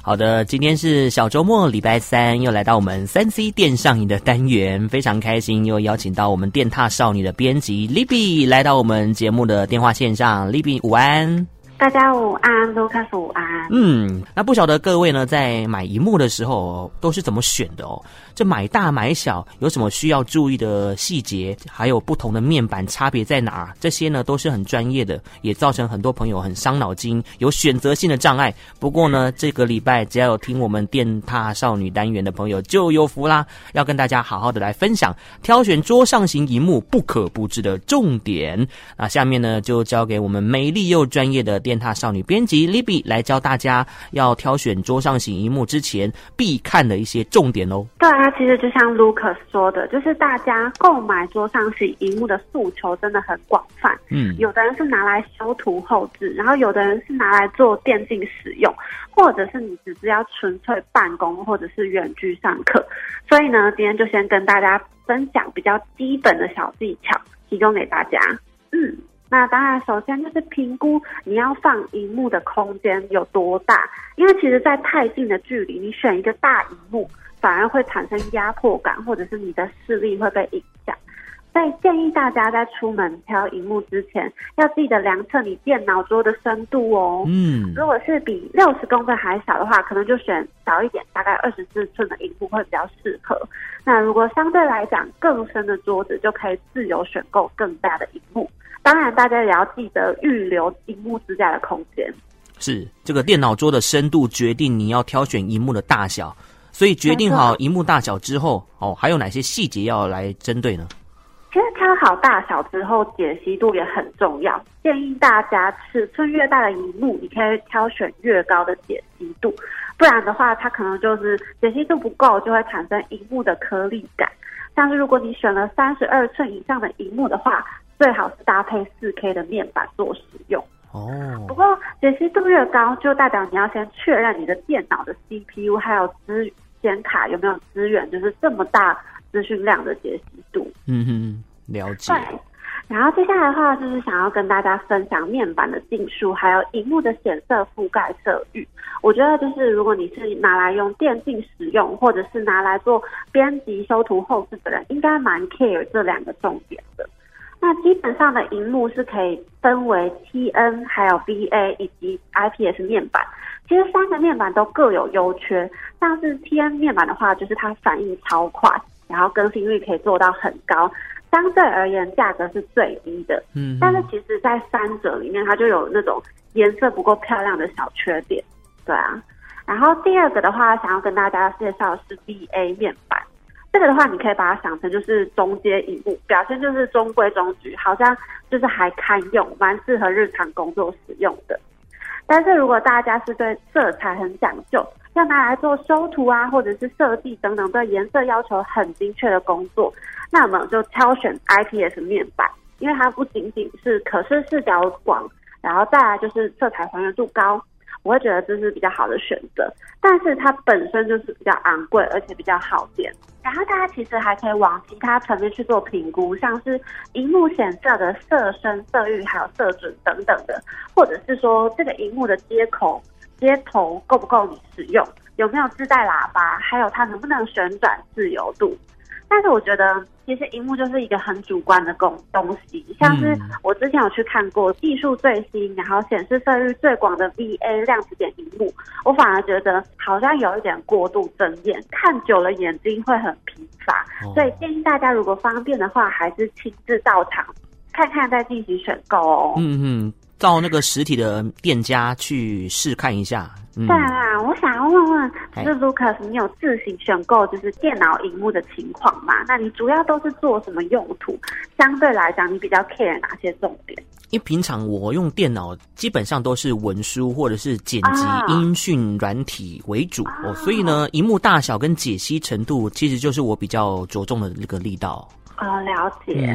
好的，今天是小周末礼拜三，又来到我们3C 电上瘾的单元，非常开心又邀请到我们电踏少女的编辑 Libby 来到我们节目的电话线上。 Libby 午安。 大家午安，卢卡斯午安。 那不晓得各位呢，在买萤幕的时候都是怎么选的哦？这买大买小有什么需要注意的细节？还有不同的面板差别在哪儿？这些呢都是很专业的，也造成很多朋友很伤脑筋，有选择性的障碍。不过呢，这个礼拜只要有听我们电踏少女单元的朋友就有福啦，要跟大家好好的来分享挑选桌上型萤幕不可不知的重点。那下面呢就交给我们美丽又专业的电踏少女编辑 Libby 来教大家要挑选桌上型萤幕之前必看的一些重点哦。 对啊，其实就像 Lucas 说的，就是大家购买桌上型萤幕的诉求真的很广泛。有的人是拿来修图后置，然后有的人是拿来做电竞使用，或者是你只是要纯粹办公或者是远距上课。所以呢，今天就先跟大家分享比较基本的小技巧，提供给大家。那当然首先就是评估你要放萤幕的空间有多大，因为其实在太近的距离，你选一个大萤幕反而会产生压迫感，或者是你的视力会被影响。所以建议大家在出门挑萤幕之前，要记得量测你电脑桌的深度哦。如果是比60公分还小的话，可能就选小一点，大概24寸的萤幕会比较适合。那如果相对来讲更深的桌子，就可以自由选购更大的萤幕。当然大家也要记得预留萤幕支架的空间。 是，这个电脑桌的深度决定你要挑选萤幕的大小，所以决定好萤幕大小之后，还有哪些细节要来针对呢？ 其实挑好大小之后，解析度也很重要。建议大家尺寸越大的萤幕，你可以挑选越高的解析度，不然的话它可能就是解析度不够，就会产生萤幕的颗粒感。像是如果你选了32寸以上的萤幕的话，最好是搭配 4K 的面板做使用。不过解析度越高，就代表你要先确认你的电脑的 CPU 还有显卡有没有支援，就是这么大资讯量的解析度。 了解。 对，然后接下来的话就是想要跟大家分享面板的径数，还有萤幕的显色覆盖色域。我觉得就是如果你是拿来用电竞使用，或者是拿来做编辑修图后置的人，应该蛮 care 这两个重点的。那基本上的萤幕是可以分为 TN 还有 VA 以及 IPS 面板。其实3个面板都各有优缺，像是 TN 面板的话，就是它反应超快，然后更新率可以做到很高，相对而言价格是最低的。但是其实在3者里面，它就有那种颜色不够漂亮的小缺点。对啊，然后第二个的话，想要跟大家介绍的是 VA 面板。这个的话，你可以把它想成就是中阶萤幕，表现就是中规中矩，好像就是还堪用，蛮适合日常工作使用的。但是如果大家是对色彩很讲究，要拿来做修图啊，或者是设计等等对颜色要求很精确的工作，那么就挑选 IPS 面板，因为它不仅仅是可视视角广，然后再来就是色彩还原度高，我会觉得这是比较好的选择。但是它本身就是比较昂贵，而且比较耗电。然后大家其实还可以往其他层面去做评估，像是萤幕显色的色深、色域还有色准等等的，或者是说这个萤幕的接头够不够你使用，有没有自带喇叭，还有它能不能旋转自由度。但是我觉得其实萤幕就是一个很主观的东西，像是我之前有去看过技术最新，然后显示色域最广的 VA 量子点萤幕，我反而觉得好像有一点过度睁眼，看久了眼睛会很疲乏。所以建议大家如果方便的话，还是亲自到场看看再进行选购哦。 到那个实体的店家去试看一下。 对啊，我想要问问，就是 Lucas， 你有自行选购就是电脑萤幕的情况吗？那你主要都是做什么用途？相对来讲，你比较 care 哪些重点？ 因为平常我用电脑基本上都是文书或者是剪辑音讯软体为主，所以呢，萤幕大小跟解析程度其实就是我比较着重的那个力道。 了解。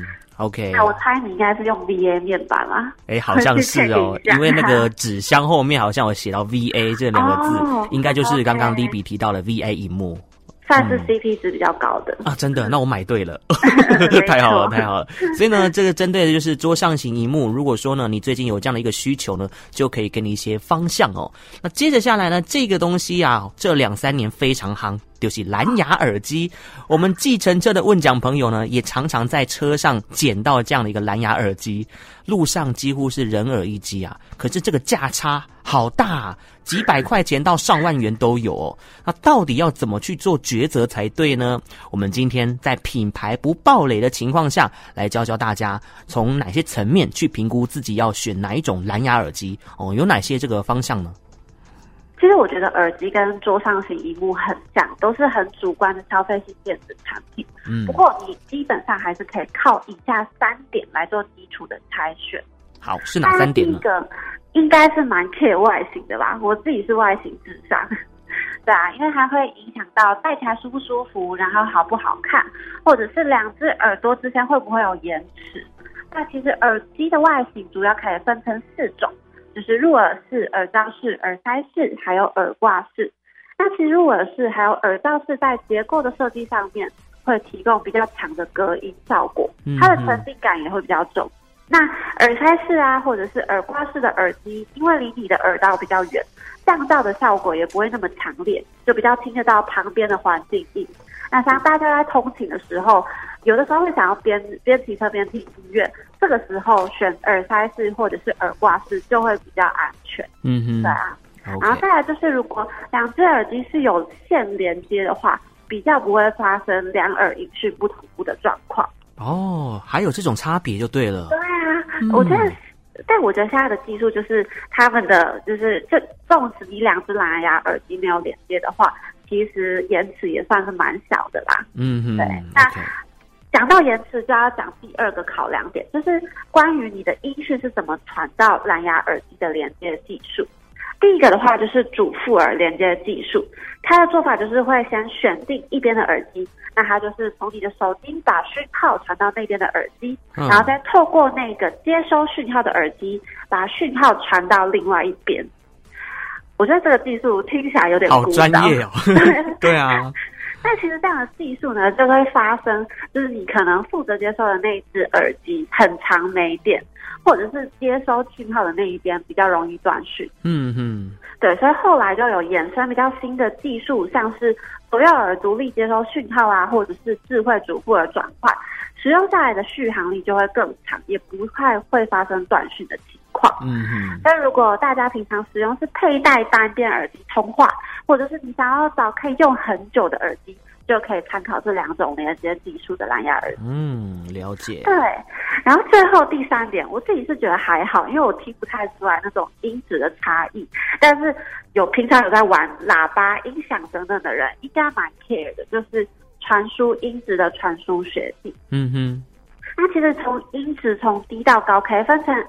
OK， 那我猜你应该是用 VA 面板啦。 好像是哦，因为那个纸箱后面好像有写到 VA 这2个字，应该就是刚刚 Libby 提到的 VA 萤幕。 算是 CP 值比较高的啊，真的，那我买对了，太好了，太好了。所以呢，这个针对的就是桌上型萤幕，如果说呢你最近有这样的一个需求呢，就可以给你一些方向哦。那接着下来呢，这个东西啊，这2-3年非常夯。就是蓝牙耳机，我们计程车的问讲朋友呢，也常常在车上捡到这样的一个蓝牙耳机，路上几乎是人耳一机啊。可是这个价差好大啊，几百块钱到上万元都有哦。那到底要怎么去做抉择才对呢？我们今天在品牌不爆雷的情况下，来教教大家从哪些层面去评估自己要选哪一种蓝牙耳机哦，有哪些这个方向呢？ 其实我觉得耳机跟桌上型萤幕很像，都是很主观的消费性电子产品。不过你基本上还是可以靠以下3点来做基础的筛选。 好，是哪3点呢？ 第一个应该是蛮 care 外形的吧，我自己是外形至上。对啊，因为它会影响到戴起来舒不舒服，然后好不好看，或者是2只耳朵之间会不会有延迟。那其实耳机的外形主要可以分成4种。就是入耳式、耳罩式、耳塞式，还有耳挂式。那其实入耳式还有耳罩式在结构的设计上面会提供比较强的隔音效果，它的沉浸感也会比较重。那耳塞式啊，或者是耳挂式的耳机，因为离你的耳道比较远，降噪的效果也不会那么强烈，就比较听得到旁边的环境音。那像大家在通勤的时候，有的时候会想要边骑车边听音乐，这个时候选耳塞式或者是耳挂式就会比较安全。对啊。然后再来就是，如果2只耳机是有线连接的话，比较不会发生2耳音讯不同步的状况。 哦，还有这种差别就对了。 对啊，我觉得。但我觉得现在的技术就是他们的就是纵使你2只蓝牙耳机没有连接的话，其实延迟也算是蛮小的啦。对。那讲到延迟，就要讲第2个考量点，就是关于你的音讯是怎么传到蓝牙耳机的连接技术。第一个的话就是主副耳连接技术，它的做法就是会先选定一边的耳机，那它就是从你的手机把讯号传到那边的耳机，然后再透过那个接收讯号的耳机把讯号传到另外一边。我觉得这个技术听起来有点好专业哦。对啊。 但其实这样的技术呢，就会发生，就是你可能负责接收的那一只耳机很常没电，或者是接收讯号的那一边比较容易断讯。对，所以后来就有衍生比较新的技术，像是左右耳独立接收讯号啊，或者是智慧主副耳转换，使用下来的续航力就会更长，也不太会发生断讯的情况。但如果大家平常使用是佩戴单边耳机通话，或者是你想要找可以用很久的耳机，就可以参考这2种连接技术的蓝牙耳机。 了解。 对，然后最后第3点，我自己是觉得还好，因为我听不太出来那种音质的差异，但是平常有在玩喇叭、音响等等的人，应该蛮 care 的，就是传输音质的传输学弟。那其实音质从低到高可以分成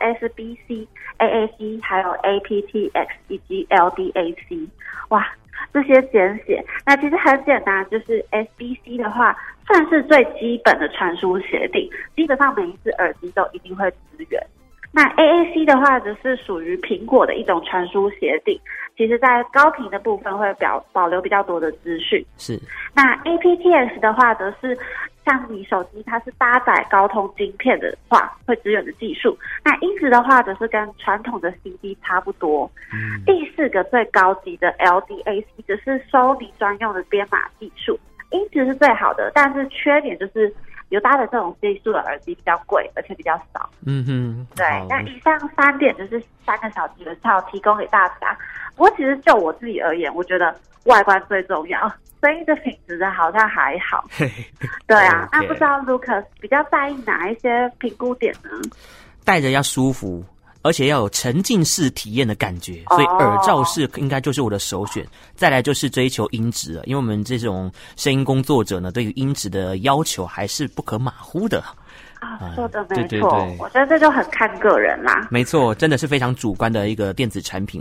SBC、AAC 还有 aptX 以及 LDAC。哇，这些简写，那其实很简单，就是 SBC 的话算是最基本的传输协定，基本上每一只耳机都一定会支援。那 AAC 的话则是属于苹果的一种传输协定，其实在高频的部分会保留比较多的资讯。 是。 那 aptX 的话则是像你手机它是搭载高通晶片的话会支援的技术，那音质的话则是跟传统的 CD 差不多。第4个最高级的 LDAC 则是Sony专用的编码技术，音质是最好的，但是缺点就是有搭的这种技术的耳机比较贵，而且比较少。对。那以上3点就是3个小诀窍提供给大家。不过其实就我自己而言，我觉得外观最重要，声音的品质的好像还好。对啊。那不知道 Lucas 比较在意哪一些评估点呢？ 戴着要舒服，而且要有沉浸式体验的感觉，所以耳罩式应该就是我的首选。再来就是追求音质了，因为我们这种声音工作者呢，对于音质的要求还是不可马虎的。 说的没错。我觉得这就很看个人啦。 没错，真的是非常主观的一个电子产品哦。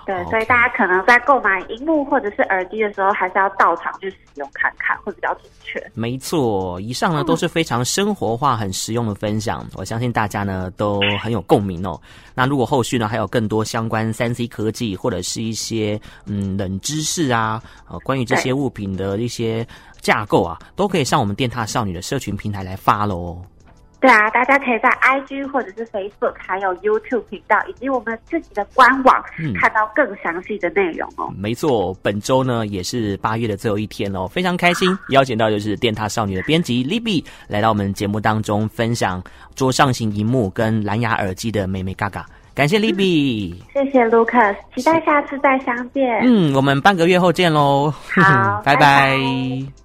对，所以大家可能在购买萤幕或者是耳机的时候，还是要到场去使用看看，会比较准确。 没错，以上呢都是非常生活化、很实用的分享，我相信大家呢都很有共鸣哦。那如果后续呢还有更多相关 3C 科技或者是一些冷知识啊，关于这些物品的一些架构啊，都可以上我们电獺少女的社群平台来发咯。 对啊，大家可以在 IG 或者是 Facebook 还有 YouTube 频道以及我们自己的官网看到更详细的内容哦。 没错，本周呢也是8月的最后一天哦，非常开心邀请到就是电獺少女的编辑 Libby 来到我们节目当中分享桌上型萤幕跟蓝牙耳机的美美嘎嘎。感谢 Libby， 谢谢 Lucas， 期待下次再相见。 我们半个月后见咯。 好， 拜拜。